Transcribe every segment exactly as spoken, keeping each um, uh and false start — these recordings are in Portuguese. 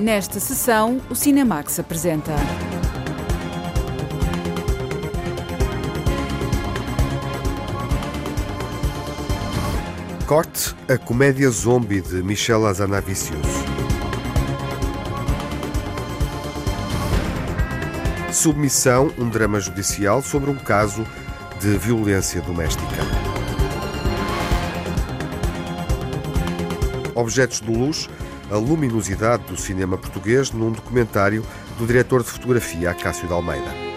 Nesta sessão, o Cinemax apresenta... Corte, a comédia zombie de Michel Hazanavicius. Submissão, um drama judicial sobre um caso de violência doméstica. Objetos de luz, a luminosidade do cinema português num documentário do diretor de fotografia Acácio de Almeida.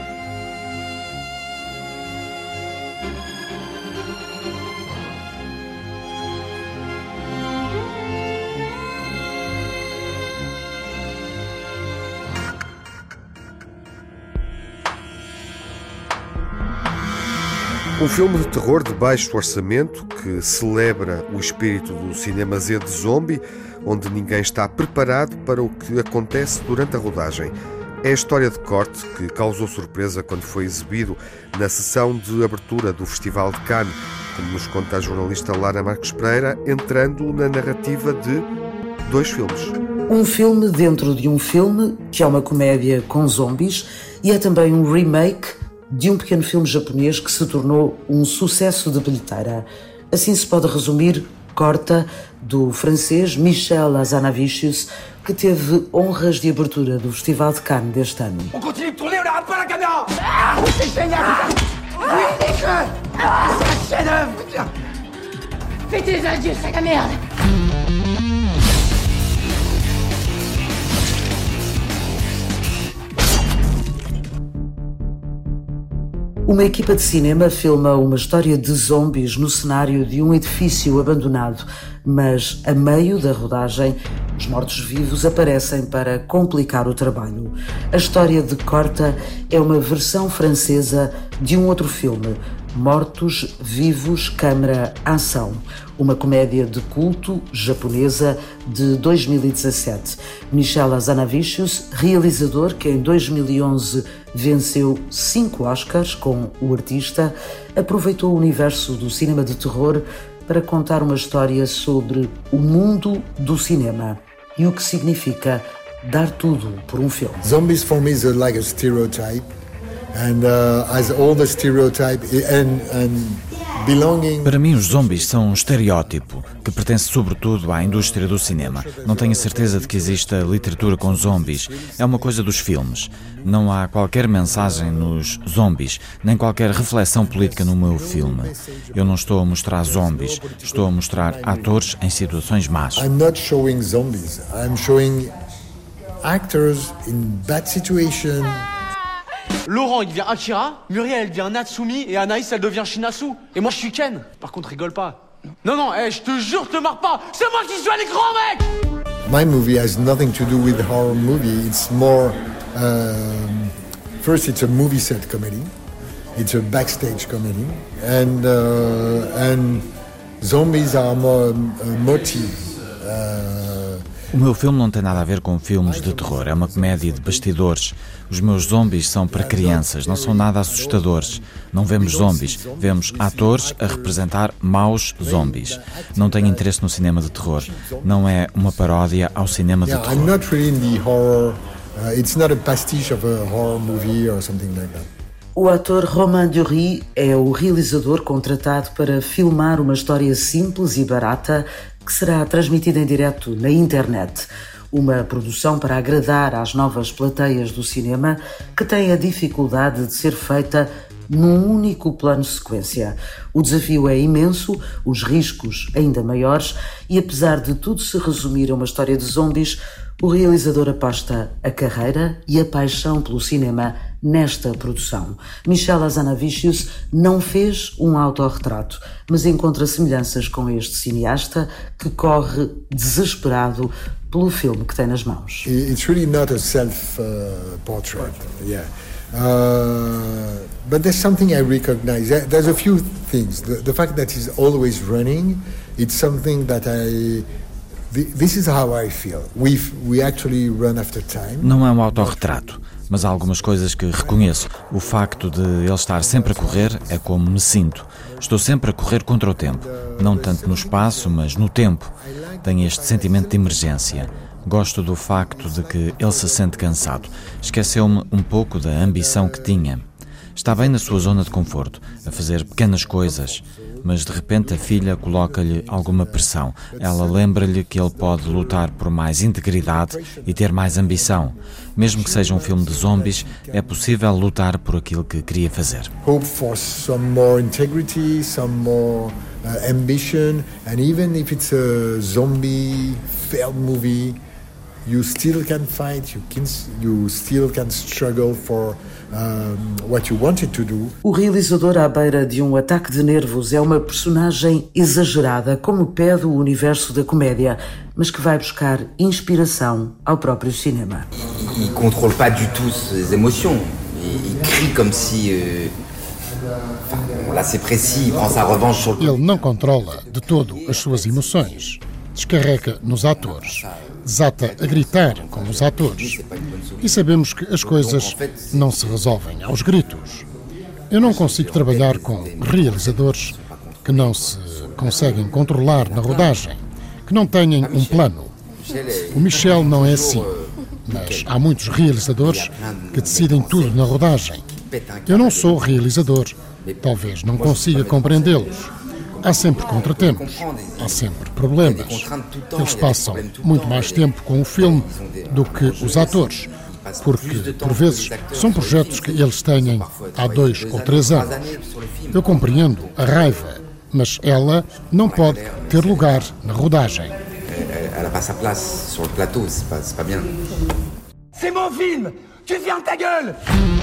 Um filme de terror de baixo orçamento que celebra o espírito do cinema Z de zombie, onde ninguém está preparado para o que acontece durante a rodagem. É a história de Corte que causou surpresa quando foi exibido na sessão de abertura do Festival de Cannes, como nos conta a jornalista Lara Marques Pereira, entrando na narrativa de dois filmes. Um filme dentro de um filme, que é uma comédia com zombies, e é também um remake de um pequeno filme japonês que se tornou um sucesso de bilheteira. Assim se pode resumir Corta, do francês Michel Hazanavicius, que teve honras de abertura do Festival de Cannes deste ano. On continue de tourner, on n'arrête pas la caméra. Ah, c'est génial. Ridicule. Ah, c'est un chef-d'œuvre, putain. Fais tes adieux, sac à merde. Uma equipa de cinema filma uma história de zombies no cenário de um edifício abandonado, mas a meio da rodagem, os mortos-vivos aparecem para complicar o trabalho. A história de Corta é uma versão francesa de um outro filme, Mortos Vivos, Câmara, Ação, uma comédia de culto japonesa de dois mil e dezassete. Michel Hazanavicius, realizador que em dois mil e onze venceu cinco Oscars com O Artista, aproveitou o universo do cinema de terror para contar uma história sobre o mundo do cinema e o que significa dar tudo por um filme. Zombies for me is like a stereotype. And, uh, as all the stereotype and, and belonging... Para mim, os zombies são um estereótipo que pertence sobretudo à indústria do cinema. Não tenho certeza de que exista literatura com zombies. É uma coisa dos filmes. Não há qualquer mensagem nos zombies, nem qualquer reflexão política no meu filme. Eu não estou a mostrar zombies, estou a mostrar atores em situações más. I'm not showing zombies. I'm showing actors in bad situations. Laurent, il devient Akira, Muriel, elle devient Natsumi, et Anaïs, elle devient Shinasu. Et moi, je suis Ken. Par contre, rigole pas. Non, non, hey, je te jure, te marre pas. C'est moi qui suis un écran, mec. My movie has nothing to do with horror movie. It's more... Um, first, it's a movie set comedy. It's a backstage comedy. And, uh, and zombies are more a motive. Uh, O meu filme não tem nada a ver com filmes de terror, é uma comédia de bastidores. Os meus zombies são para crianças, não são nada assustadores. Não vemos zombies, vemos atores a representar maus zombies. Não tenho interesse no cinema de terror, não é uma paródia ao cinema de terror. I'm not really in the horror. Uh, it's not a pastiche of a horror movie or something like that. O ator Romain Duris é o realizador contratado para filmar uma história simples e barata que será transmitida em direto na internet. Uma produção para agradar às novas plateias do cinema que tem a dificuldade de ser feita num único plano sequência. O desafio é imenso, os riscos ainda maiores e, apesar de tudo se resumir a uma história de zombies, o realizador aposta a carreira e a paixão pelo cinema nesta produção. Michel Hazanavicius não fez um autorretrato, mas encontra semelhanças com este cineasta que corre desesperado pelo filme que tem nas mãos. It's really not a self-portrait, uh, yeah. Uh, but there's something I recognize. There's a few things. The, the fact that he's always running, it's something that I... This is how I feel. We we actually run after time. Não é um autorretrato, mas há algumas coisas que reconheço. O facto de ele estar sempre a correr é como me sinto. Estou sempre a correr contra o tempo. Não tanto no espaço, mas no tempo. Tenho este sentimento de emergência. Gosto do facto de que ele se sente cansado. Esqueceu-me um pouco da ambição que tinha. Está bem na sua zona de conforto, a fazer pequenas coisas, mas de repente a filha coloca-lhe alguma pressão. Ela lembra-lhe que ele pode lutar por mais integridade e ter mais ambição. Mesmo que seja um filme de zombies, é possível lutar por aquilo que queria fazer. Hope for some more integrity, some more uh, ambition, and even if it's a zombie failed movie, you still can fight, you can, you still can struggle for um, what you wanted to do. O realizador à beira de um ataque de nervos é uma personagem exagerada, como pede o universo da comédia, mas que vai buscar inspiração ao próprio cinema. Il ne contrôle pas du tout ses émotions. Il, il crie comme si... Euh... Enfin, là c'est précis, il prend sa revanche sur... Ele não controla de todo as suas emoções. Descarrega nos atores. Desata a gritar com os atores. E sabemos que as coisas não se resolvem aos gritos. Eu não consigo trabalhar com realizadores que não se conseguem controlar na rodagem, que não têm um plano. O Michel não é assim, mas há muitos realizadores que decidem tudo na rodagem. Eu não sou realizador, talvez não consiga compreendê-los. Há sempre contratempos, há sempre problemas. Eles passam muito mais tempo com o filme do que os atores, porque, por vezes, são projetos que eles têm há dois ou três anos. Eu compreendo a raiva, mas ela não pode ter lugar na rodagem. Elle n'a pas sa place sur le plateau, c'est pas, c'est pas bien. C'est mon film! Tu fermes ta gueule!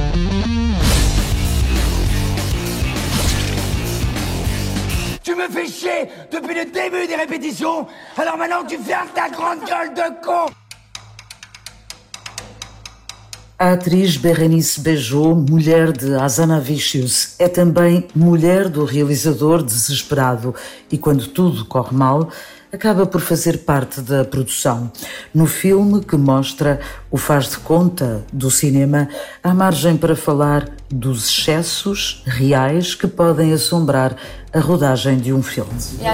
Tu me fais chier depuis le début des répétitions, alors maintenant tu fermes ta grande gueule de con! A atriz Berenice Bejo, mulher de Hazanavicius, é também mulher do realizador desesperado e, quando tudo corre mal, acaba por fazer parte da produção. No filme que mostra o faz de conta do cinema, há margem para falar dos excessos reais que podem assombrar a rodagem de um filme.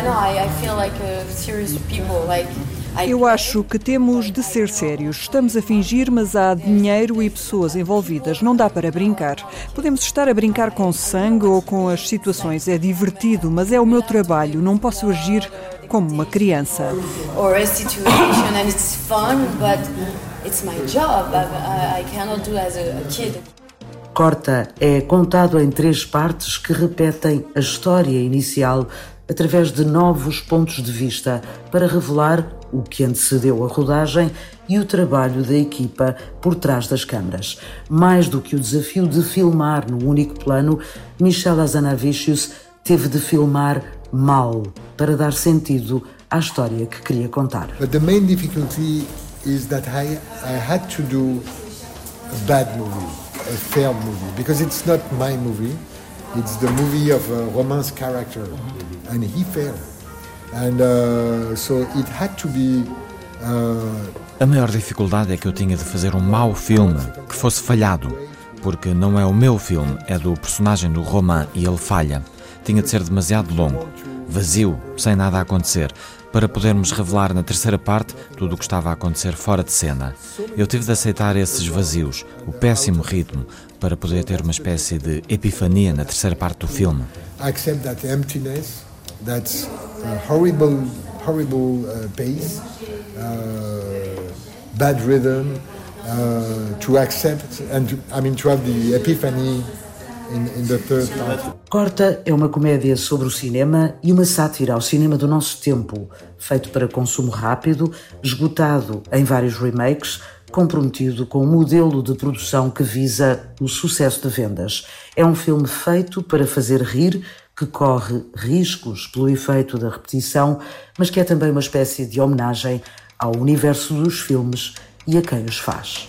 Eu acho que temos de ser sérios. Estamos a fingir, mas há dinheiro e pessoas envolvidas. Não dá para brincar. Podemos estar a brincar com sangue ou com as situações. É divertido, mas é o meu trabalho. Não posso agir como uma criança. Or a situation and it's fun, but it's my job. I, I cannot do as a kid. Corta é contado em três partes que repetem a história inicial através de novos pontos de vista para revelar o que antecedeu a rodagem e o trabalho da equipa por trás das câmaras. Mais do que o desafio de filmar no único plano, Michel Hazanavicius teve de filmar mal para dar sentido à história que queria contar. But the main difficulty is that I, I had to do a bad movie, a failed movie, because it's not my movie. It's the movie of a romance character, and he failed. And uh, so it had to be... Uh... A maior dificuldade é que eu tinha de fazer um mau filme que fosse falhado, porque não é o meu filme, é do personagem do Romain e ele falha. Tinha de ser demasiado longo, vazio, sem nada a acontecer, para podermos revelar na terceira parte tudo o que estava a acontecer fora de cena. Eu tive de aceitar esses vazios, o péssimo ritmo, para poder ter uma espécie de epifania na terceira parte do filme. Accept that emptiness, that uh, horrible, horrible uh, pace, uh, bad rhythm, uh, to accept and to, I mean to have the epiphany in, in the third part. Corta é uma comédia sobre o cinema e uma sátira ao cinema do nosso tempo, feito para consumo rápido, esgotado em vários remakes, comprometido com um modelo de produção que visa o sucesso de vendas. É um filme feito para fazer rir, que corre riscos pelo efeito da repetição, mas que é também uma espécie de homenagem ao universo dos filmes e a quem os faz.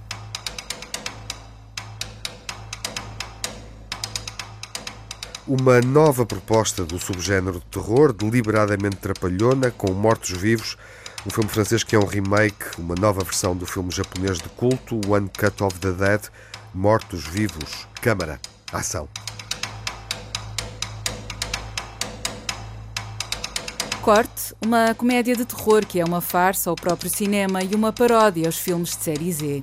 Uma nova proposta do subgénero de terror, deliberadamente trapalhona, com mortos-vivos, um filme francês que é um remake, uma nova versão do filme japonês de culto, One Cut of the Dead, mortos-vivos, câmara, ação. Corte, uma comédia de terror que é uma farsa ao próprio cinema e uma paródia aos filmes de série Z.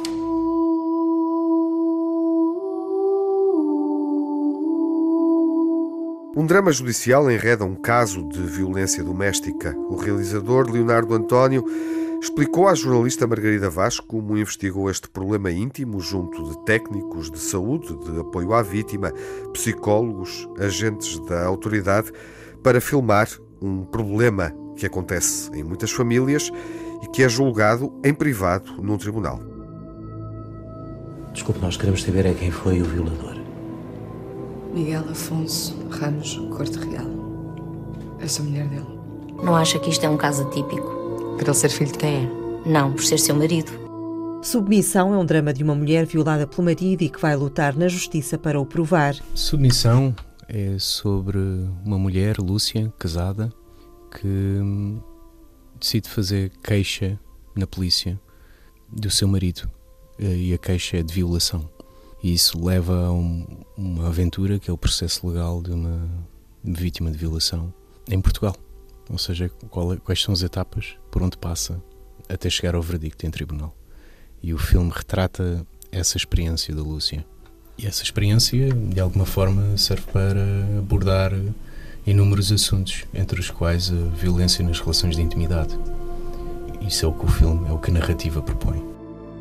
Um drama judicial enreda um caso de violência doméstica. O realizador Leonardo António explicou à jornalista Margarida Vaz como investigou este problema íntimo junto de técnicos de saúde, de apoio à vítima, psicólogos, agentes da autoridade, para filmar um problema que acontece em muitas famílias e que é julgado em privado num tribunal. Desculpe, nós queremos saber é quem foi o violador. Miguel Afonso Ramos Corte Real. Eu sou a mulher dele. Não acha que isto é um caso atípico? Por ele ser filho de quem é? Não, por ser seu marido. Submissão é um drama de uma mulher violada pelo marido e que vai lutar na justiça para o provar. Submissão é sobre uma mulher, Lúcia, casada, que decide fazer queixa na polícia do seu marido. E a queixa é de violação. E isso leva a um, uma aventura, que é o processo legal de uma vítima de violação em Portugal. Ou seja, qual, quais são as etapas por onde passa até chegar ao verdicto em tribunal. E o filme retrata essa experiência da Lúcia. E essa experiência, de alguma forma, serve para abordar inúmeros assuntos, entre os quais a violência nas relações de intimidade. Isso é o que o filme, é o que a narrativa propõe.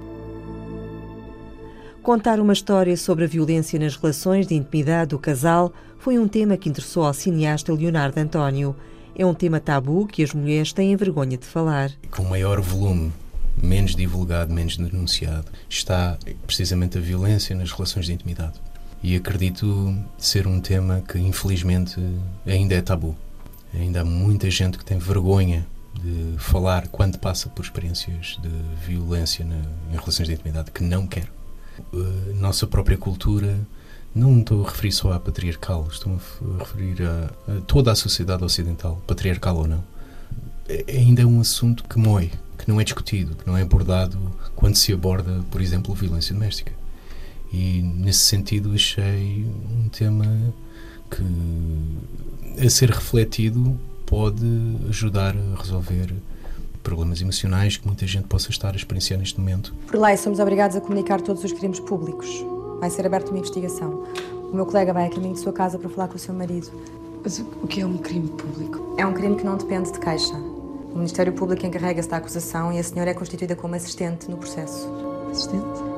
Contar uma história sobre a violência nas relações de intimidade do casal foi um tema que interessou ao cineasta Leonardo António. É um tema tabu que as mulheres têm vergonha de falar. Com maior volume, menos divulgado, menos denunciado, está precisamente a violência nas relações de intimidade. E acredito ser um tema que, infelizmente, ainda é tabu. Ainda há muita gente que tem vergonha de falar quando passa por experiências de violência na, em relações de intimidade, que não quer. A nossa própria cultura, não estou a referir só à patriarcal, estou a referir a, a toda a sociedade ocidental, patriarcal ou não, é, ainda é um assunto que mói, que não é discutido, que não é abordado quando se aborda, por exemplo, a violência doméstica. E nesse sentido achei um tema que, a ser refletido, pode ajudar a resolver problemas emocionais que muita gente possa estar a experienciar neste momento. Por lei, somos obrigados a comunicar todos os crimes públicos. Vai ser aberta uma investigação. O meu colega vai a caminho de sua casa para falar com o seu marido. Mas o que é um crime público? É um crime que não depende de queixa. O Ministério Público encarrega-se da acusação e a senhora é constituída como assistente no processo. Assistente?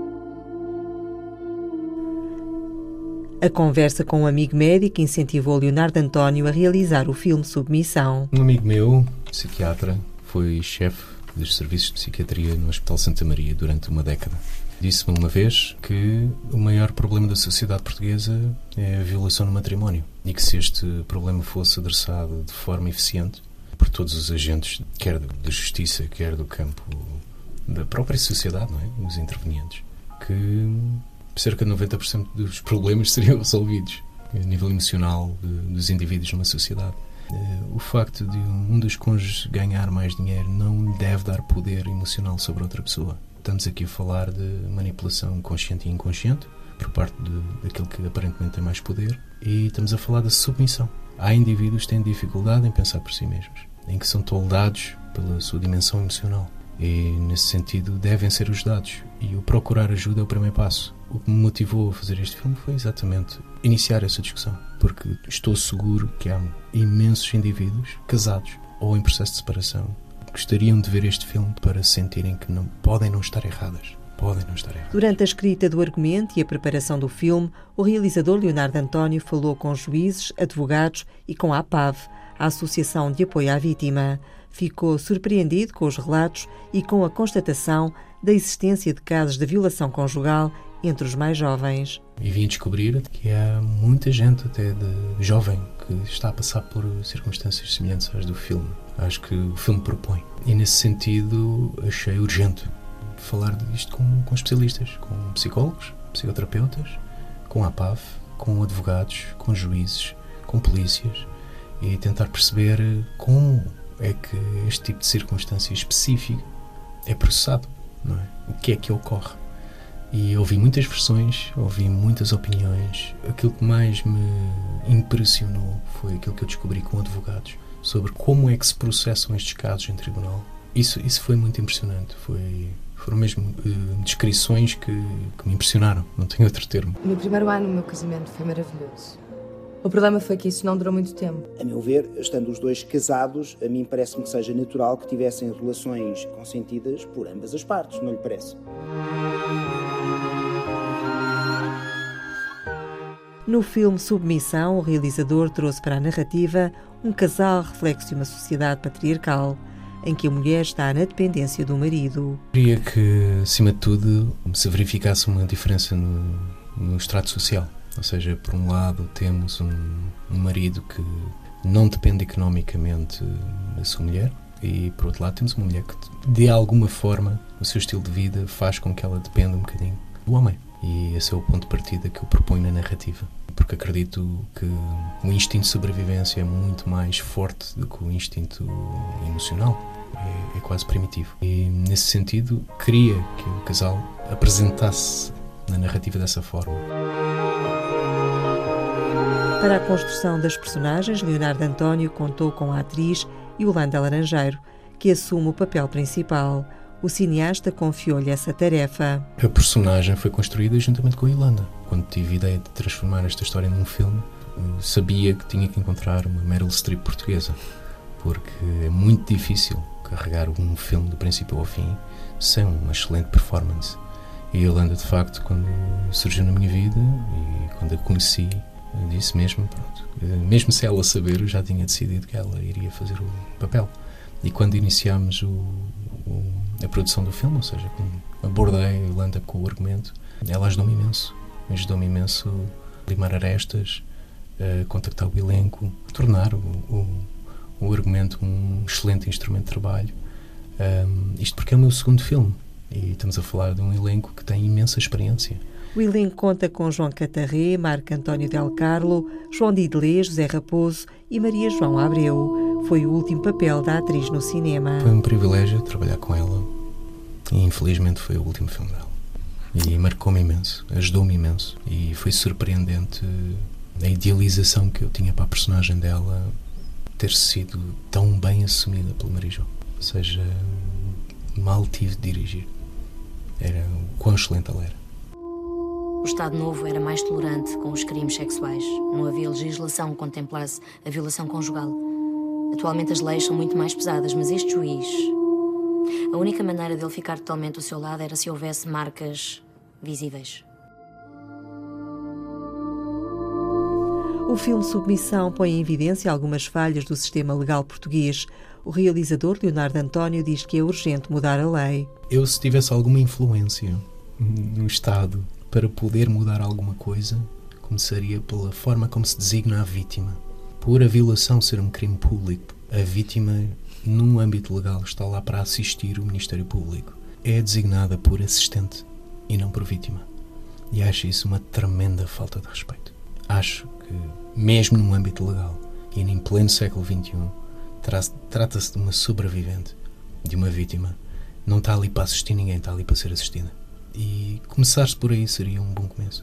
A conversa com um amigo médico incentivou Leonardo António a realizar o filme Submissão. Um amigo meu, psiquiatra, foi chefe dos serviços de psiquiatria no Hospital Santa Maria durante uma década. Disse-me uma vez que o maior problema da sociedade portuguesa é a violação no matrimónio e que se este problema fosse adressado de forma eficiente por todos os agentes, quer da justiça, quer do campo da própria sociedade, não é? Os intervenientes, que cerca de noventa por cento dos problemas seriam resolvidos a nível emocional de, dos indivíduos numa sociedade. O facto de um dos cônjuges ganhar mais dinheiro não lhe deve dar poder emocional sobre outra pessoa. Estamos aqui a falar de manipulação consciente e inconsciente por parte de, daquele que aparentemente tem mais poder, e estamos a falar da submissão. Há indivíduos que têm dificuldade em pensar por si mesmos, em que são toldados pela sua dimensão emocional, e nesse sentido devem ser ajudados, e o procurar ajuda é o primeiro passo. O que me motivou a fazer este filme foi exatamente iniciar essa discussão, porque estou seguro que há imensos indivíduos casados ou em processo de separação que gostariam de ver este filme para sentirem que não podem não estar erradas. Podem não estar erradas. Durante a escrita do argumento e a preparação do filme, o realizador Leonardo António falou com juízes, advogados e com a APAV, a Associação de Apoio à Vítima. Ficou surpreendido com os relatos e com a constatação da existência de casos de violação conjugal entre os mais jovens. E vim descobrir que há muita gente, até de jovem, que está a passar por circunstâncias semelhantes às do filme. Acho que o filme propõe. E nesse sentido achei urgente falar disto com, com especialistas, com psicólogos, psicoterapeutas, com a APAV, com advogados, com juízes, com polícias, e tentar perceber como é que este tipo de circunstância específica é processado, não é? O que é que ocorre? E ouvi muitas versões, ouvi muitas opiniões. Aquilo que mais me impressionou foi aquilo que eu descobri com advogados sobre como é que se processam estes casos em tribunal. Isso, isso foi muito impressionante. Foi, foram mesmo uh, descrições que, que me impressionaram, não tenho outro termo. O meu primeiro ano no meu casamento foi maravilhoso. O problema foi que isso não durou muito tempo. A meu ver, estando os dois casados, a mim parece-me que seja natural que tivessem relações consentidas por ambas as partes, não lhe parece? No filme Submissão, o realizador trouxe para a narrativa um casal reflexo de uma sociedade patriarcal, em que a mulher está na dependência do marido. Queria que, acima de tudo, se verificasse uma diferença no, no extrato social. Ou seja, por um lado temos um, um marido que não depende economicamente da sua mulher e, por outro lado, temos uma mulher que, de alguma forma, o seu estilo de vida faz com que ela dependa um bocadinho do homem. E esse é o ponto de partida que eu proponho na narrativa. Porque acredito que o instinto de sobrevivência é muito mais forte do que o instinto emocional. É, é quase primitivo. E, nesse sentido, queria que o casal apresentasse na narrativa dessa forma. Para a construção das personagens, Leonardo António contou com a atriz Yolanda Laranjeiro, que assume o papel principal. O cineasta confiou-lhe essa tarefa. A personagem foi construída juntamente com a Yolanda. Quando tive a ideia de transformar esta história num filme, sabia que tinha que encontrar uma Meryl Streep portuguesa, porque é muito difícil carregar um filme do princípio ao fim sem uma excelente performance. E a Yolanda, de facto, quando surgiu na minha vida e quando a conheci, disse mesmo, pronto, mesmo sem ela saber, eu já tinha decidido que ela iria fazer o papel. E quando iniciámos o, o, a produção do filme, ou seja, quando abordei a Yolanda com o argumento, ela ajudou-me imenso. Ajudou-me imenso a limar arestas, a contactar o elenco, a tornar o, o, o argumento um excelente instrumento de trabalho. Um, isto porque é o meu segundo filme e estamos a falar de um elenco que tem imensa experiência. O elenco conta com João Catarré, Marco António Del Carlo, João Didelé, José Raposo e Maria João Abreu. Foi o último papel da atriz no cinema. Foi um privilégio trabalhar com ela e infelizmente foi o último filme dela. E marcou-me imenso, ajudou-me imenso e foi surpreendente a idealização que eu tinha para a personagem dela ter sido tão bem assumida pelo Maria João. Ou seja, mal tive de dirigir. Era o quão excelente ela era. O Estado Novo era mais tolerante com os crimes sexuais. Não havia legislação que contemplasse a violação conjugal. Atualmente as leis são muito mais pesadas, mas este juiz... A única maneira dele ficar totalmente ao seu lado era se houvesse marcas visíveis. O filme Submissão põe em evidência algumas falhas do sistema legal português. O realizador, Leonardo António, diz que é urgente mudar a lei. Eu, se tivesse alguma influência no Estado para poder mudar alguma coisa, começaria pela forma como se designa a vítima. Por a violação ser um crime público, a vítima, num âmbito legal, está lá para assistir o Ministério Público. É designada por assistente e não por vítima. E acho isso uma tremenda falta de respeito. Acho que, mesmo num âmbito legal e em pleno século vinte e um, trata-se de uma sobrevivente, de uma vítima. Não está ali para assistir ninguém, está ali para ser assistida. E começar-se por aí seria um bom começo.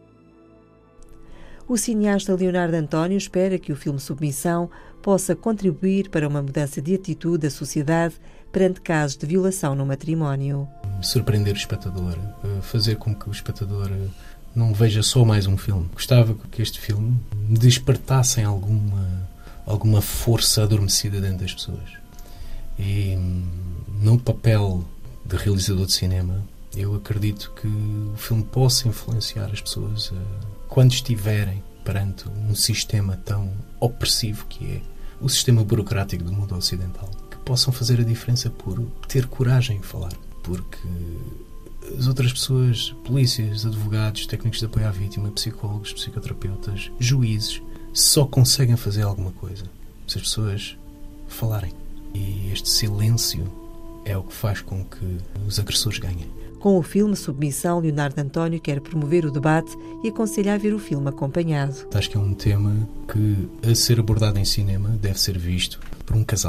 O cineasta Leonardo António espera que o filme Submissão possa contribuir para uma mudança de atitude da sociedade perante casos de violação no matrimónio. Surpreender o espectador, fazer com que o espectador não veja só mais um filme. Gostava que este filme despertasse alguma, alguma força adormecida dentro das pessoas. E no papel de realizador de cinema, eu acredito que o filme possa influenciar as pessoas a, quando estiverem perante um sistema tão opressivo que é o sistema burocrático do mundo ocidental, que possam fazer a diferença por ter coragem de falar. Porque as outras pessoas, polícias, advogados, técnicos de apoio à vítima, psicólogos, psicoterapeutas, juízes, só conseguem fazer alguma coisa se as pessoas falarem. E este silêncio é o que faz com que os agressores ganhem. Com o filme Submissão, Leonardo António quer promover o debate e aconselha a ver o filme acompanhado. Acho que é um tema que, a ser abordado em cinema, deve ser visto por um casal.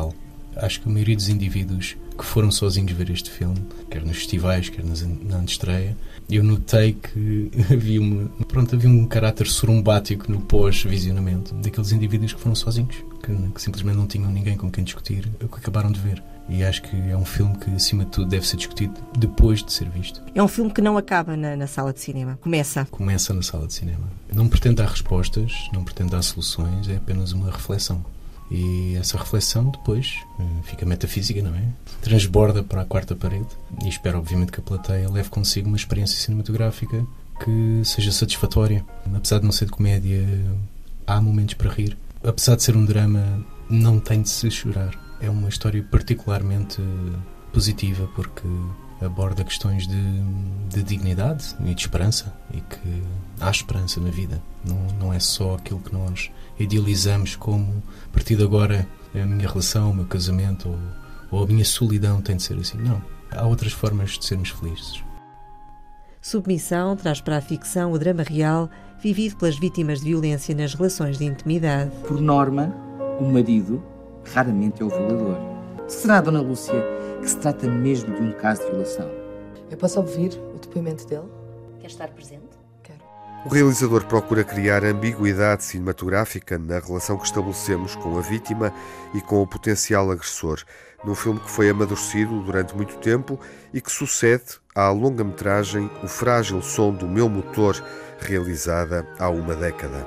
Acho que a maioria dos indivíduos que foram sozinhos ver este filme, quer nos festivais, quer na antestreia, eu notei que havia, uma, pronto, havia um caráter sorumbático no pós-visionamento daqueles indivíduos que foram sozinhos, que, que simplesmente não tinham ninguém com quem discutir o que acabaram de ver. E acho que é um filme que, acima de tudo, deve ser discutido depois de ser visto. É um filme que não acaba na, na sala de cinema. Começa. Começa na sala de cinema. Não pretende dar respostas, não pretende dar soluções, é apenas uma reflexão. E essa reflexão depois fica metafísica, não é? Transborda para a quarta parede e espero, obviamente, que a plateia leve consigo uma experiência cinematográfica que seja satisfatória. Apesar de não ser de comédia, há momentos para rir. Apesar de ser um drama, não tem de se chorar. É uma história particularmente positiva porque aborda questões de, de dignidade e de esperança, e que há esperança na vida. Não, não é só aquilo que nós idealizamos como, a partir de agora, a minha relação, o meu casamento ou, ou a minha solidão tem de ser assim. Não. Há outras formas de sermos felizes. Submissão traz para a ficção o drama real vivido pelas vítimas de violência nas relações de intimidade. Por norma, o marido raramente é o violador. Será, Dona Lúcia, que se trata mesmo de um caso de violação? Eu posso ouvir o depoimento dele? Quer estar presente? Quero. O realizador procura criar ambiguidade cinematográfica na relação que estabelecemos com a vítima e com o potencial agressor, num filme que foi amadurecido durante muito tempo e que sucede à longa-metragem O Frágil Som do Meu Motor, realizada há uma década.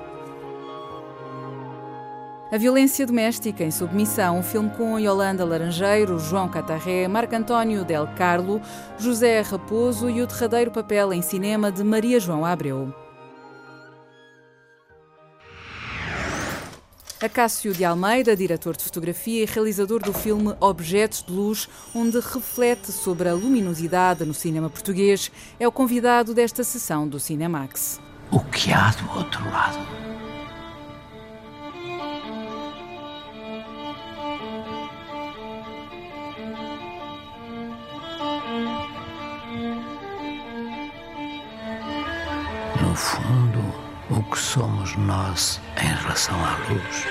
A Violência Doméstica em Submissão, um filme com Yolanda Laranjeiro, João Catarré, Marco António Del Carlo, José Raposo e o derradeiro papel em cinema de Maria João Abreu. Acácio de Almeida, diretor de fotografia e realizador do filme Objetos de Luz, onde reflete sobre a luminosidade no cinema português, é o convidado desta sessão do Cinemax. O que há do outro lado? No fundo, o que somos nós em relação à luz?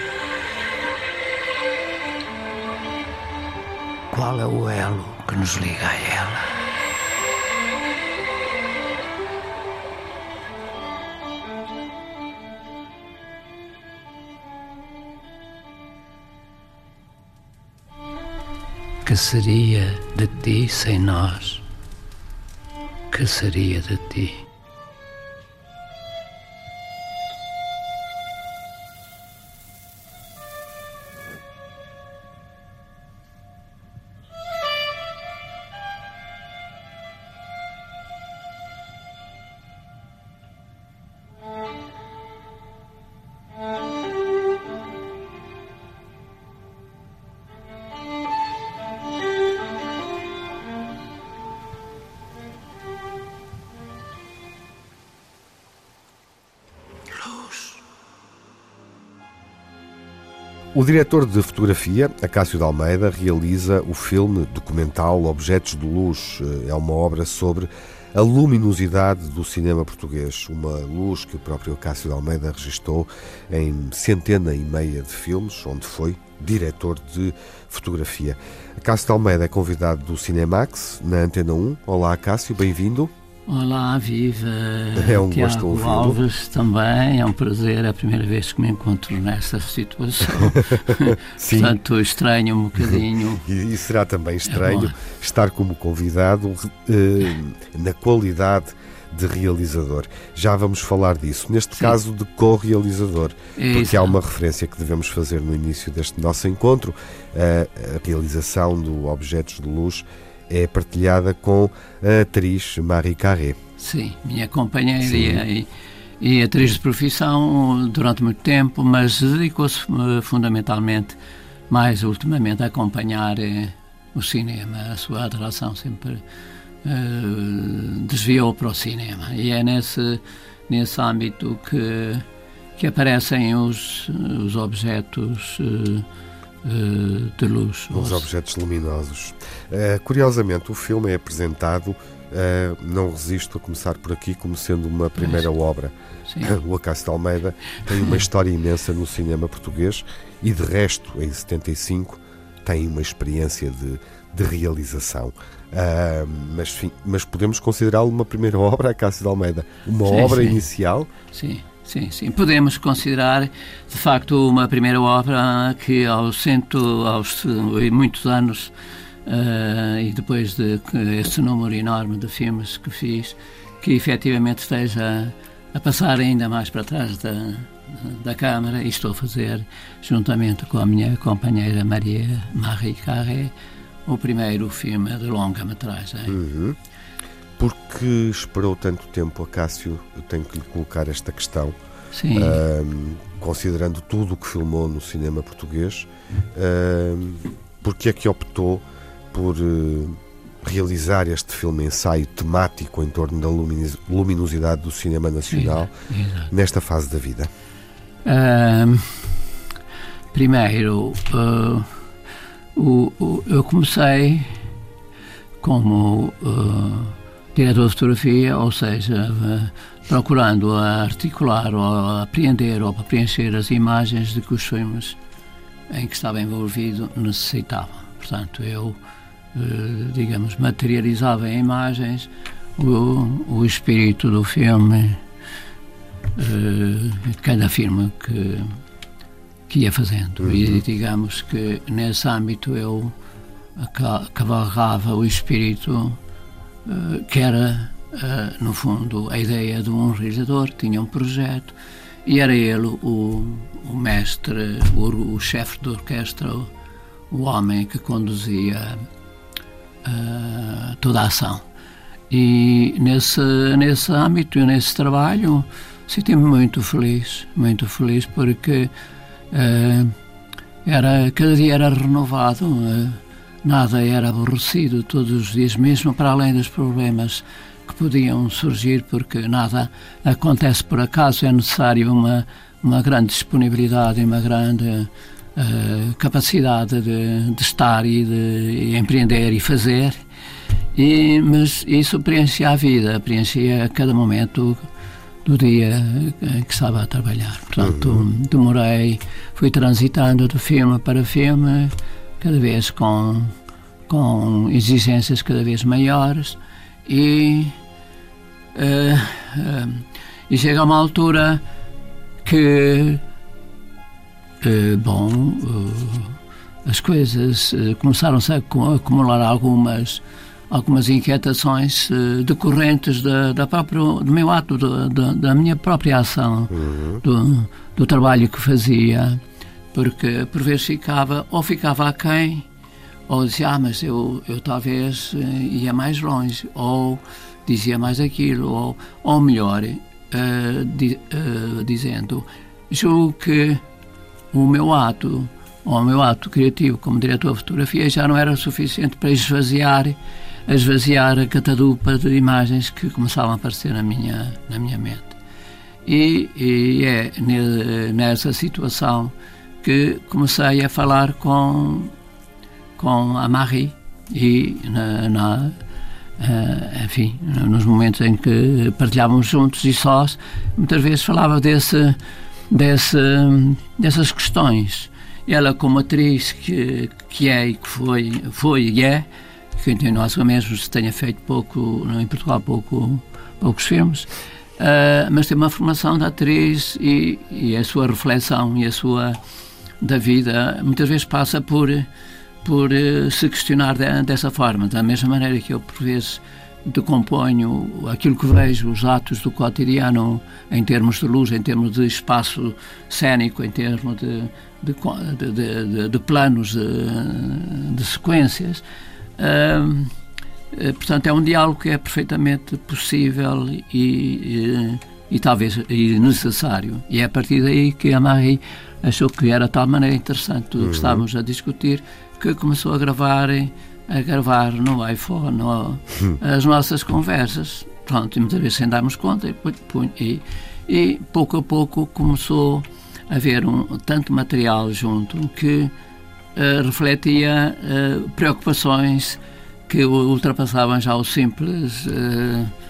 Qual é o elo que nos liga a ela? Que seria de ti sem nós? Que seria de ti? O diretor de fotografia, Acácio de Almeida, realiza o filme documental Objetos de Luz. É uma obra sobre a luminosidade do cinema português, uma luz que o próprio Acácio de Almeida registou em centena e meia de filmes, onde foi diretor de fotografia. Acácio de Almeida é convidado do Cinemax, na Antena um. Olá, Acácio, bem-vindo. Olá, viva. É um Tiago gosto ouvi-lo. Alves também, é um prazer, é a primeira vez que me encontro nessa situação. Sim. Portanto, estranho um bocadinho. E, e será também estranho é estar como convidado eh, na qualidade de realizador. Já vamos falar disso, neste Sim. caso de co-realizador, é porque isso. há uma referência que devemos fazer no início deste nosso encontro. A, a realização do Objetos de Luz é partilhada com a atriz Marie Carré. Sim, minha companheira e, e atriz de profissão durante muito tempo, mas dedicou-se fundamentalmente, mais ultimamente, a acompanhar eh, o cinema. A sua atração sempre eh, desviou para o cinema. E é nesse, nesse âmbito que, que aparecem os, os objetos eh, de luz. Os objetos luminosos. Uh, curiosamente, o filme é apresentado, uh, não resisto a começar por aqui, como sendo uma primeira Mas, obra. O Acácio de Almeida tem uma história imensa no cinema português e, de resto, em setenta e cinco, tem uma experiência de, de realização. Uh, mas, enfim, mas podemos considerá-lo uma primeira obra, Acácio de Almeida? Uma sim, obra sim. inicial? Sim, sim, sim. Podemos considerar, de facto, uma primeira obra que, aos, cento, aos muitos anos, uh, e depois de este número enorme de filmes que fiz, que efetivamente esteja a passar ainda mais para trás da, da Câmara, e estou a fazer, juntamente com a minha companheira Maria Marie Carré, o primeiro filme de longa-metragem. Uhum. Por que esperou tanto tempo, Acácio? Eu tenho que lhe colocar esta questão. Sim. Uh, considerando tudo o que filmou no cinema português, uh, por que é que optou por uh, realizar este filme-ensaio temático em torno da luminosidade do cinema nacional, exato, exato, nesta fase da vida? Uh, primeiro, uh, o, o, eu comecei como uh, diretor de fotografia, ou seja, uh, procurando articular ou apreender ou preencher as imagens de que os filmes em que estava envolvido necessitavam. Portanto, eu digamos, materializava em imagens o, o espírito do filme, uh, cada filme que, que ia fazendo. Uhum. E digamos que nesse âmbito eu cavalgava o espírito uh, que era, uh, no fundo, a ideia de um realizador que tinha um projeto e era ele o, o mestre, o, o chefe de orquestra, o, o homem que conduzia Uh, toda a ação. E nesse, nesse âmbito e nesse trabalho senti-me muito feliz, muito feliz porque uh, era, cada dia era renovado, uh, nada era aborrecido todos os dias, mesmo para além dos problemas que podiam surgir, porque nada acontece por acaso, é necessário uma, uma grande disponibilidade e uma grande Uh, capacidade de, de estar e de empreender e fazer, e, mas isso preenchia a vida, preenchia a cada momento do dia em que estava a trabalhar. Portanto, uhum. demorei, fui transitando de filme para filme, cada vez com, com exigências cada vez maiores, e, uh, uh, e chega a uma altura que Uh, bom, uh, as coisas uh, começaram-se a acumular algumas, algumas inquietações uh, decorrentes da, da próprio, do meu ato, do, da, da minha própria ação, uhum. do, do trabalho que fazia, porque por vezes ficava, ou ficava aquém, ou dizia, ah, mas eu, eu talvez uh, ia mais longe, ou dizia mais aquilo, ou, ou melhor, uh, di, uh, dizendo, julgo que o meu ato, ou o meu ato criativo como diretor de fotografia já não era suficiente para esvaziar, esvaziar a catadupa de imagens que começavam a aparecer na minha, na minha mente. E, e é nessa situação que comecei a falar com, com a Marie e, na, na, uh, enfim, nos momentos em que partilhávamos juntos e sós, muitas vezes falava desse... Desse, dessas questões. Ela, como atriz que, que é e que foi, foi e é, que continua a mesmo se tenha feito pouco, em Portugal pouco, poucos filmes, uh, mas tem uma formação de atriz e, e a sua reflexão e a sua da vida muitas vezes passa por, por uh, se questionar de, dessa forma, da mesma maneira que eu por vezes decomponho aquilo que vejo, os atos do cotidiano em termos de luz, em termos de espaço cênico, em termos de, de, de, de, de planos, de, de sequências. Uh, portanto, é um diálogo que é perfeitamente possível e, e, e talvez e necessário. E é a partir daí que a Marie achou que era de tal maneira interessante tudo o que estávamos a discutir, que começou a gravar a gravar no iPhone no, as nossas conversas. Pronto, e muitas vezes sem darmos conta e, e, e pouco a pouco começou a haver um, tanto material junto que uh, refletia uh, preocupações que ultrapassavam já o simples uh,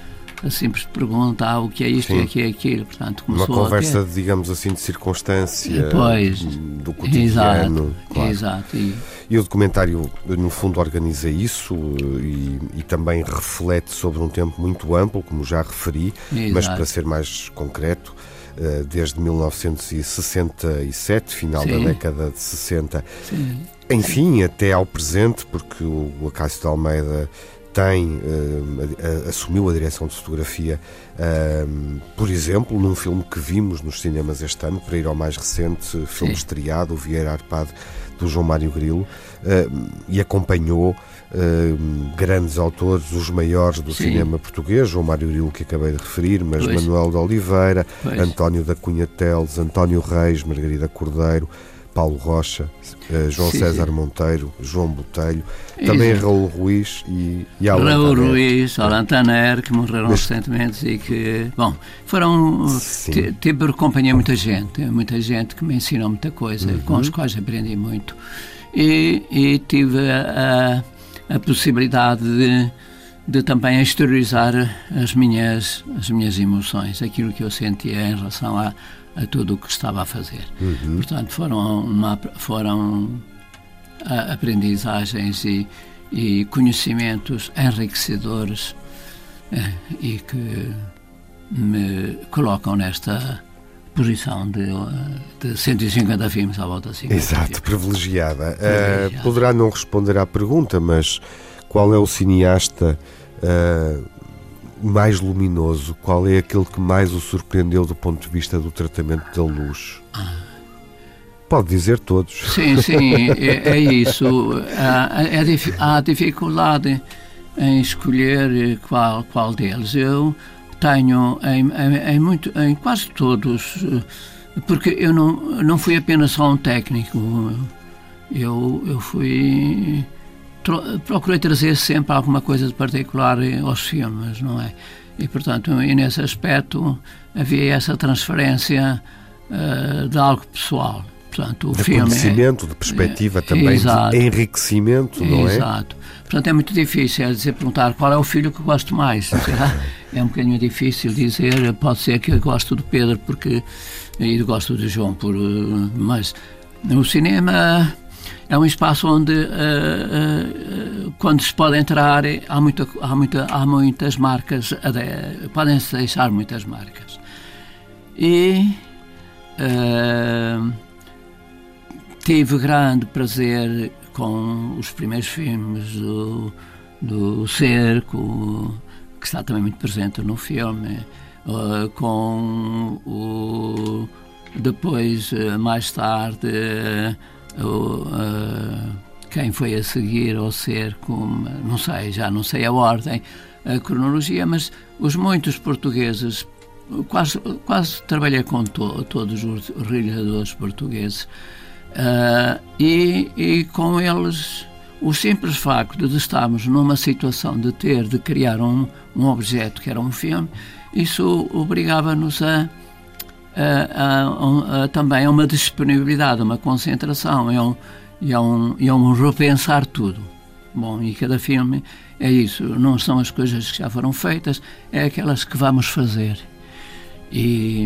a simples pergunta, ah, o que é isto Sim. e o que é aquilo. Portanto, uma conversa, ter... digamos assim, de circunstância, pois, do cotidiano. Exato, claro. exato. E... e o documentário, no fundo, organiza isso e, e também reflete sobre um tempo muito amplo, como já referi, exato. Mas para ser mais concreto, desde mil novecentos e sessenta e sete, final Sim. da década de sessenta, Sim. enfim, Sim. até ao presente, porque o Acácio de Almeida tem, uh, assumiu a direção de fotografia, uh, por exemplo, num filme que vimos nos cinemas este ano, para ir ao mais recente filme Sim. estreado, o Vieira Arpado, do João Mário Grilo, uh, e acompanhou uh, grandes autores, os maiores do Sim. cinema português, João Mário Grilo, que acabei de referir, mas pois. Manuel de Oliveira, pois. António da Cunha Teles, António Reis, Margarida Cordeiro, Paulo Rocha, uh, João sim, César sim. Monteiro, João Botelho, também Exato. Raul Ruiz e, e Alan Raul Tanner. Ruiz, Alan Tanner, que morreram Mas... recentemente e que, bom, foram, tive acompanhei muita gente, muita gente que me ensinou muita coisa, uhum. com os quais aprendi muito e, e tive a, a, a possibilidade de, de também exteriorizar as minhas, as minhas emoções, aquilo que eu sentia em relação a a tudo o que estava a fazer. Uhum. Portanto, foram, uma, foram a, aprendizagens e, e conhecimentos enriquecedores eh, e que me colocam nesta posição de, de cento e cinquenta filmes à volta assim. Exato, privilegiada. privilegiada. Uh, poderá não responder à pergunta, mas qual é o cineasta uh, mais luminoso? Qual é aquele que mais o surpreendeu do ponto de vista do tratamento da luz? Ah. Pode dizer todos. Sim, sim, é, é isso. Há, é, há dificuldade em escolher qual, qual deles. Eu tenho em, em, em, muito, em quase todos, porque eu não, não fui apenas só um técnico. Eu, eu fui... procurei trazer sempre alguma coisa de particular aos filmes, não é? E, portanto, e nesse aspecto havia essa transferência uh, de algo pessoal. Portanto, o de filme conhecimento, é, de perspectiva é, também, exato, de enriquecimento, não é? Exato. Portanto, é muito difícil é dizer, perguntar qual é o filho que gosto mais. É um bocadinho difícil dizer, pode ser que eu gosto do Pedro porque, e gosto do João, por, mas no cinema... é um espaço onde, uh, uh, quando se pode entrar, há, muita, há, muita, há muitas marcas, podem-se deixar muitas marcas. E uh, tive grande prazer com os primeiros filmes do, do Cerco, que está também muito presente no filme, uh, com o... depois, uh, mais tarde... Uh, uh, quem foi a seguir ao Cerco, não sei, já não sei a ordem, a cronologia, mas os muitos portugueses, quase, quase trabalhei com to, todos os realizadores portugueses, uh, e, e com eles o simples facto de estarmos numa situação de ter de criar um, um objeto que era um filme, isso obrigava-nos a A, a, a, também a uma disponibilidade, a uma concentração, é um, é, um, é um repensar tudo. Bom, e cada filme é isso, não são as coisas que já foram feitas, é aquelas que vamos fazer. E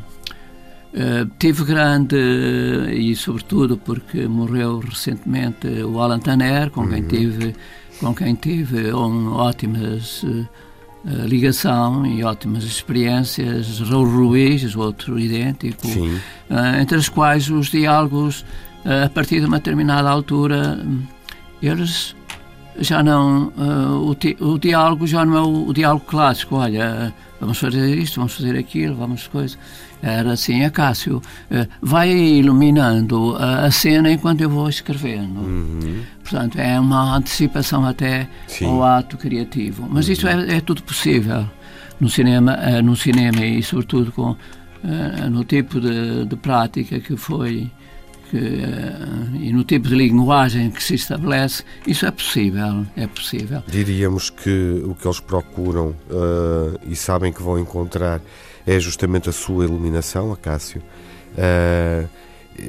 uh, tive grande, e sobretudo porque morreu recentemente o Alan Tanner, com, uhum. quem, tive, com quem tive um, ótimas... Uh, ligação e ótimas experiências, Raul Ruiz, o outro idêntico, uh, entre as quais os diálogos, uh, a partir de uma determinada altura, eles já não, uh, o, ti, o diálogo já não é o, o diálogo clássico, olha, vamos fazer isto, vamos fazer aquilo, vamos coisa. Era assim, Acácio, uh, vai iluminando a, a cena enquanto eu vou escrevendo. Uhum. Portanto, é uma antecipação até Sim. ao ato criativo. Mas uhum. isso é, é tudo possível no cinema, uh, no cinema e, sobretudo, com, uh, no tipo de, de prática que foi que, uh, e no tipo de linguagem que se estabelece. Isso é possível, é possível. Diríamos que o que eles procuram uh, e sabem que vão encontrar é justamente a sua iluminação, Acácio. Uh,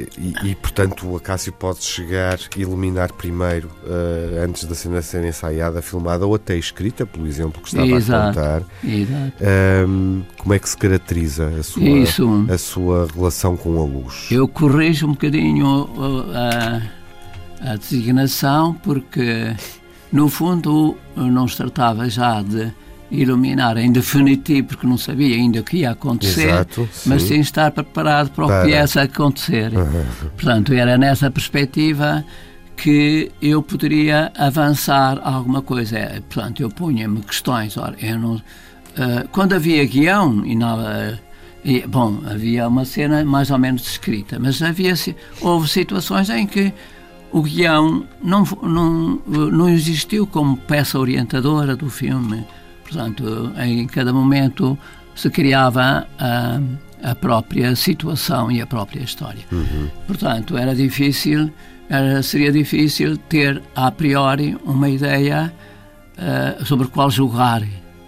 e, e, portanto, o Acácio pode chegar a iluminar primeiro, uh, antes da cena ser ensaiada, filmada ou até escrita, pelo exemplo que estava Exato. a contar. Exato. Um, como é que se caracteriza a sua, Isso. a sua relação com a luz? Eu corrijo um bocadinho a, a designação, porque, no fundo, não se tratava já de iluminar em definitivo, porque não sabia ainda o que ia acontecer. Exato, mas sim estar preparado para o para. que viesse a acontecer. Uhum. Portanto, era nessa perspectiva que eu poderia avançar alguma coisa. Portanto, eu punha-me questões. Ora, eu não, uh, quando havia guião, e nada, e, bom, havia uma cena mais ou menos descrita, mas havia, houve situações em que o guião não, não, não existiu como peça orientadora do filme. Portanto, em cada momento se criava a, a própria situação e a própria história. Uhum. Portanto, era difícil, era, seria difícil ter a priori uma ideia uh, sobre qual julgar.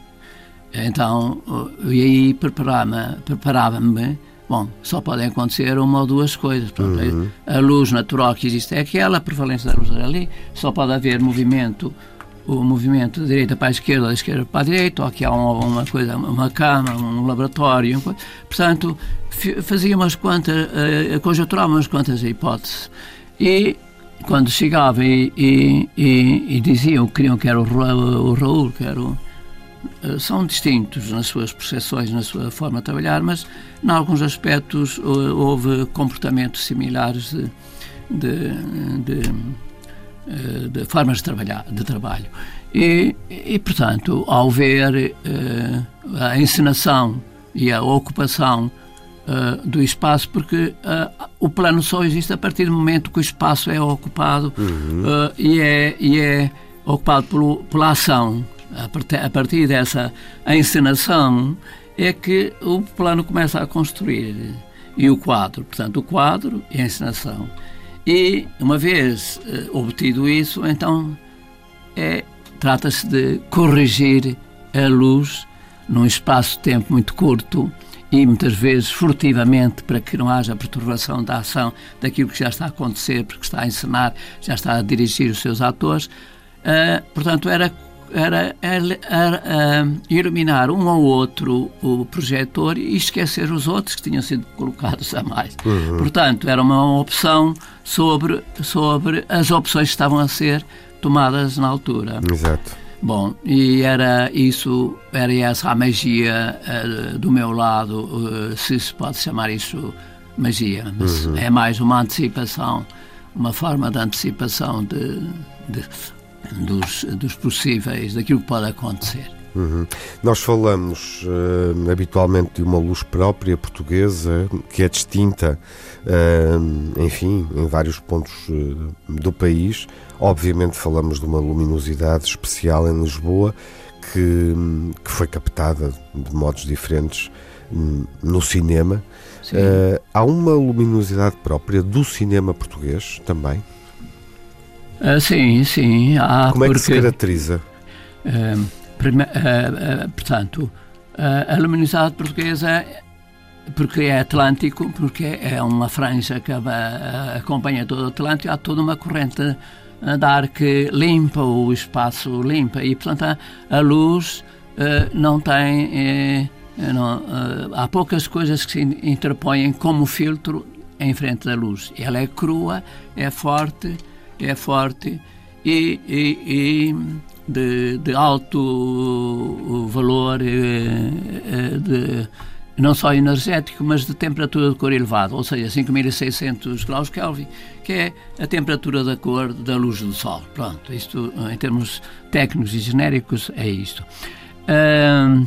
Então, uh, e aí preparava-me, preparava-me, bom, só podem acontecer uma ou duas coisas. Portanto, uhum. A luz natural que existe é aquela, a prevalência da luz é ali, só pode haver movimento, o movimento da direita para a esquerda, da esquerda para a direita, ou aqui há uma, uma coisa, uma cama, um laboratório, um, portanto, fazia umas quantas, uh, conjecturava umas quantas hipóteses. E quando chegava e, e, e, e diziam que queriam que era o, o Raul, que era o, uh, são distintos nas suas percepções, na sua forma de trabalhar, mas em alguns aspectos uh, houve comportamentos similares de, de, de de formas de, trabalhar, de trabalho. E, e, portanto, ao ver uh, a encenação e a ocupação uh, do espaço, porque uh, o plano só existe a partir do momento que o espaço é ocupado uhum. uh, e, é, e é ocupado pelo, pela ação. A partir, a partir dessa encenação é que o plano começa a construir. E o quadro, portanto, o quadro e a encenação. E, uma vez uh, obtido isso, então é, trata-se de corrigir a luz num espaço de tempo muito curto e muitas vezes furtivamente, para que não haja perturbação da ação daquilo que já está a acontecer, porque está a encenar, já está a dirigir os seus atores. Uh, portanto, era, era, era, era uh, iluminar um ou outro o projetor e esquecer os outros que tinham sido colocados a mais. Uhum. Portanto, era uma opção sobre, sobre as opções que estavam a ser tomadas na altura. Exato. Bom, e era isso, era essa a magia uh, do meu lado, uh, se se pode chamar isso magia, mas uhum. é mais uma antecipação, uma forma de antecipação de, de, dos, dos possíveis, daquilo que pode acontecer. Uhum. Nós falamos uh, habitualmente de uma luz própria portuguesa que é distinta, uh, enfim, em vários pontos uh, do país. Obviamente falamos de uma luminosidade especial em Lisboa que, que foi captada de modos diferentes um, no cinema. Uh, há uma luminosidade própria do cinema português também? Uh, sim, sim. Há. Como é que porque, se caracteriza? Uh, prima, uh, uh, portanto, uh, a luminosidade portuguesa, porque é Atlântico, porque é uma franja que uh, acompanha todo o Atlântico, há toda uma corrente de ar que limpa o espaço, limpa, e portanto a, a luz uh, não tem, eh, não, uh, há poucas coisas que se interpõem como filtro em frente da luz. Ela é crua, é forte, é forte e, e, e de, de alto valor, eh, de, não só energético, mas de temperatura de cor elevada, ou seja, cinco mil e seiscentos graus Kelvin, que é a temperatura da cor da luz do Sol. Pronto, isto em termos técnicos e genéricos é isto. Uh,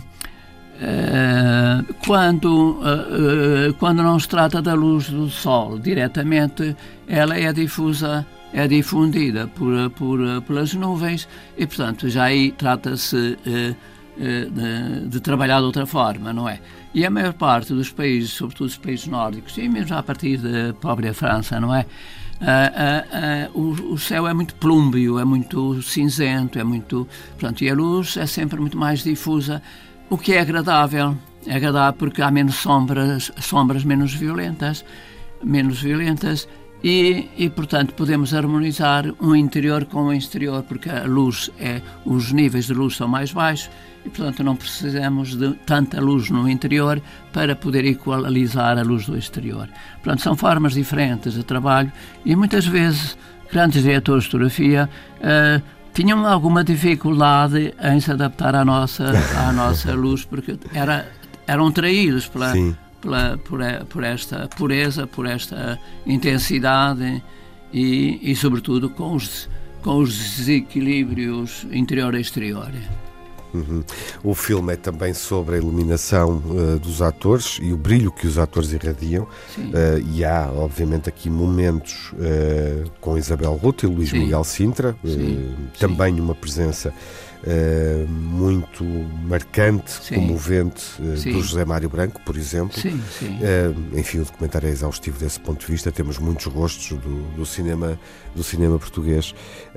uh, quando, uh, uh, quando não se trata da luz do Sol diretamente, ela é difusa, é difundida por, por, pelas nuvens e, portanto, já aí trata-se uh, De, de trabalhar de outra forma, não é? E a maior parte dos países, sobretudo os países nórdicos, e mesmo a partir da própria França, não é? Uh, uh, uh, o, o céu é muito plúmbeo, é muito cinzento, é muito... Pronto, e a luz é sempre muito mais difusa, o que é agradável. É agradável porque há menos sombras, sombras menos violentas. menos violentas e, e, portanto, podemos harmonizar um interior com o exterior, porque a luz é, os níveis de luz são mais baixos e, portanto, não precisamos de tanta luz no interior para poder equalizar a luz do exterior. Portanto, são formas diferentes de trabalho e, muitas vezes, grandes diretores de fotografia uh, tinham alguma dificuldade em se adaptar à nossa, à nossa luz, porque era, eram traídos pela... Pela, por, por esta pureza, por esta intensidade e, e sobretudo, com os, com os desequilíbrios interior e exterior. Uhum. O filme é também sobre a iluminação uh, dos atores e o brilho que os atores irradiam. Uh, e há, obviamente, aqui momentos uh, com Isabel Ruta e Luís Sim. Miguel Sintra, uh, também uma presença Uh, muito marcante, sim. comovente uh, do José Mário Branco, por exemplo. Sim, sim. Uh, enfim, o documentário é exaustivo desse ponto de vista. Temos muitos rostos do, do, cinema, do cinema português.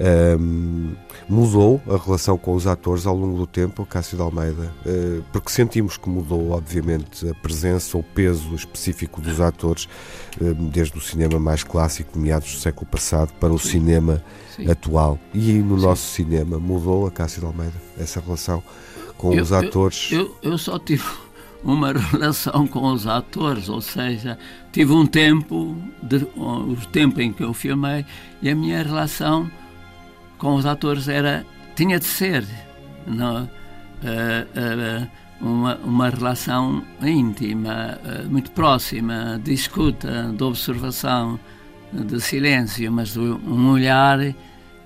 Uh, mudou a relação com os atores ao longo do tempo, Cássio de Almeida, uh, porque sentimos que mudou, obviamente, a presença, o peso específico dos atores, uh, desde o cinema mais clássico, meados do século passado, para o sim. cinema Sim. atual. E no Sim. nosso cinema mudou, a Cássio de Almeida, essa relação com eu, os atores? Eu, eu, eu só tive uma relação com os atores, ou seja, tive um tempo, de, o tempo em que eu filmei, e a minha relação com os atores era, tinha de ser não, uh, uh, uma, uma relação íntima, uh, muito próxima, de escuta, de observação, de silêncio, mas de um olhar uh,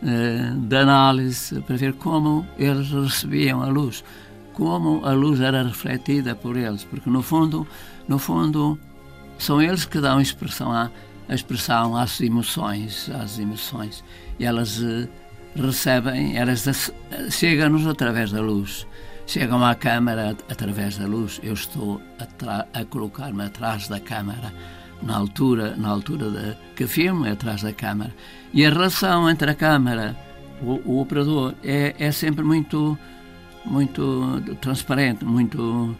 de análise para ver como eles recebiam a luz, como a luz era refletida por eles, porque no fundo, no fundo são eles que dão expressão à, a expressão às emoções, às emoções, e elas uh, recebem, elas chegam-nos através da luz, chegam à câmara através da luz. Eu estou a, a colocar-me atrás da câmara, na altura, na altura de, que filmo, é atrás da câmara. E a relação entre a câmara, o, o operador, é, é sempre muito, muito transparente, muito,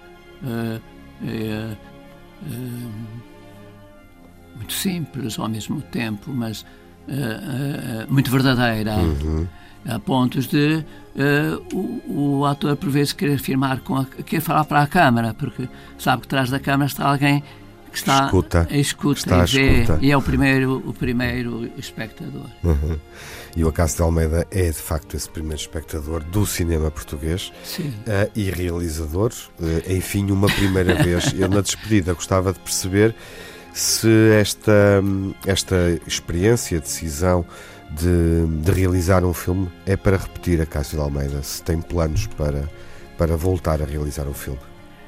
uh, uh, uh, muito simples ao mesmo tempo, mas uh, uh, muito verdadeira. Uhum. A pontos de uh, o, o ator, por vezes, querer filmar, com a, querer falar para a câmara, porque sabe que atrás da câmara está alguém que está escuta, a escuta, está e, vê, escuta. E é o primeiro, o primeiro espectador. Uhum. E o Cássio de Almeida é, de facto, esse primeiro espectador do cinema português. Sim. Uh, e realizador. Uh, enfim, uma primeira vez. Eu, na despedida, gostava de perceber se esta, esta experiência, decisão de, de realizar um filme é para repetir, a Cássio de Almeida, se tem planos para, para voltar a realizar um filme.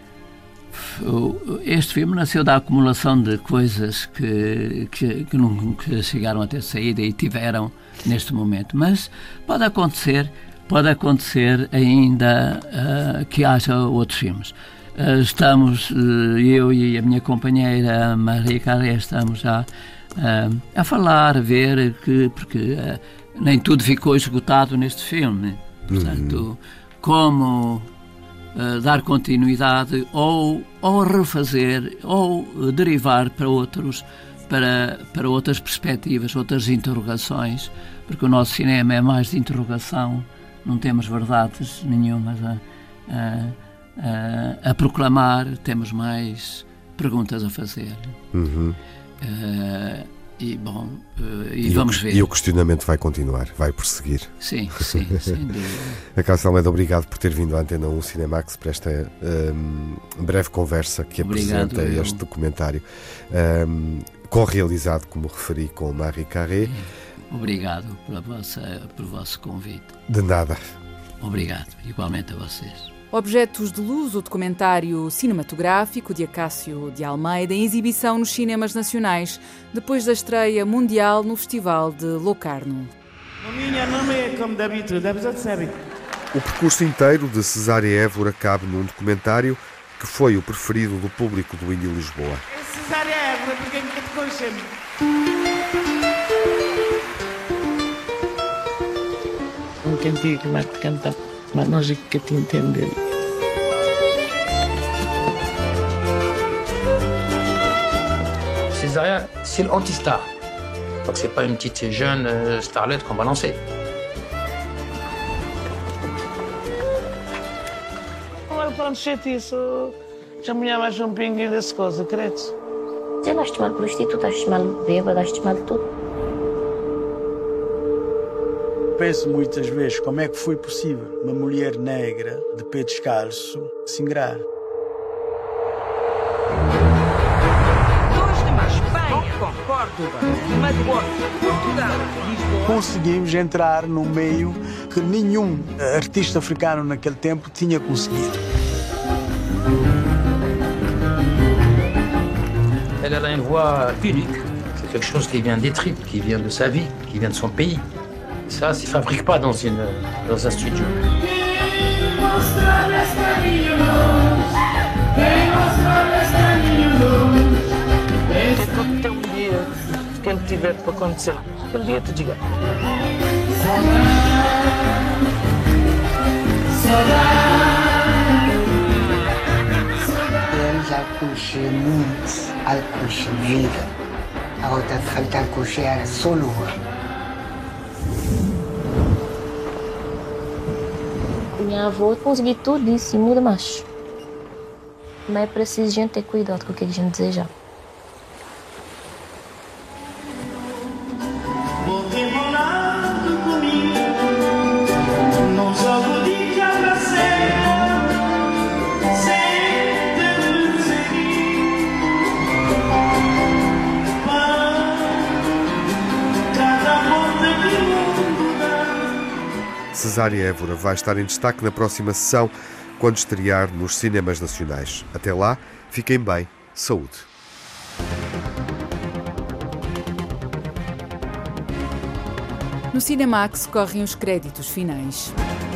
Este filme nasceu da acumulação de coisas que, que, que nunca chegaram a ter saída e tiveram neste momento, mas pode acontecer, pode acontecer ainda uh, que haja outros filmes. Uh, estamos, uh, eu e a minha companheira Maria Carré, estamos já uh, a falar, a ver, que, porque uh, nem tudo ficou esgotado neste filme. Portanto, uhum. como Uh, dar continuidade ou, ou refazer ou uh, derivar para outros para, para outras perspectivas, outras interrogações, porque o nosso cinema é mais de interrogação, não temos verdades nenhumas a, a, a, a proclamar, temos mais perguntas a fazer. Uhum. Uh, E, bom, uh, e, e vamos o, ver. E o questionamento vai continuar, vai prosseguir. Sim, sim, sem dúvida. A Cássio Almeida, obrigado por ter vindo à Antena um Cinemax para esta um, breve conversa que obrigado, apresenta eu. este documentário, um, co-realizado, como referi, com Marie Carré. Obrigado pela vossa, pelo vosso convite. De nada. Obrigado, igualmente a vocês. Objetos de Luz, o documentário cinematográfico de Cássio de Almeida, em exibição nos cinemas nacionais, depois da estreia mundial no Festival de Locarno. O percurso inteiro de Cesária Évora cabe num documentário que foi o preferido do público do Índio Lisboa. Cesária Évora, porque é que te conhecemos? Um cantigo lá que canta. Mas nós é que te entendemos. Césaria, c'est l'anti-star. Donc c'est pas une petite jeune euh, starlette qu'on va lancer. Agora pronto, chatice. Já me mais um pinguinho dessa coisa, credo. Eu acho mal prostituta, acho mal bêbada, acho mal tudo. Penso muitas vezes como é que foi possível uma mulher negra, de pé descalço, se ingrar. Dois de mais Espanha, Córdoba, Marrocos, Portugal, Lisboa. Conseguimos entrar num meio que nenhum artista africano naquele tempo tinha conseguido. Elle a une voix unique. C'est quelque chose qui vient des tripes, qui vient de sa vie, qui vient de son pays. Ça, ça ne se fabrique pas dans, une, dans un studio. Tem um dia que ele tiver para acontecer, aquele dia te diga. Elle a couché muito, ela couché vida. A outra falta couché era só lua. Minha avó conseguiu tudo isso e muda mais. Mas é preciso a gente ter cuidado com o que a gente deseja. Cesária Évora vai estar em destaque na próxima sessão, quando estrear nos cinemas nacionais. Até lá, fiquem bem. Saúde. No Cinemax correm os créditos finais.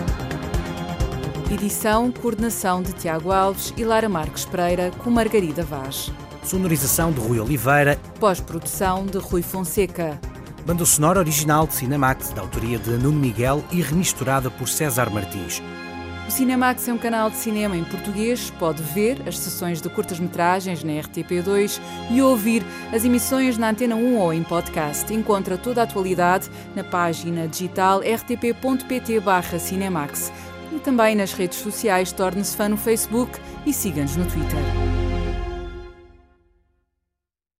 Edição, coordenação de Tiago Alves e Lara Marques Pereira, com Margarida Vaz. Sonorização de Rui Oliveira. Pós-produção de Rui Fonseca. Banda sonora original de Cinemax, da autoria de Nuno Miguel e remisturada por César Martins. O Cinemax é um canal de cinema em português. Pode ver as sessões de curtas-metragens na R T P dois e ouvir as emissões na Antena um ou em podcast. Encontra toda a atualidade na página digital r t p ponto p t barra cinemax. E também nas redes sociais. Torne-se fã no Facebook e siga-nos no Twitter.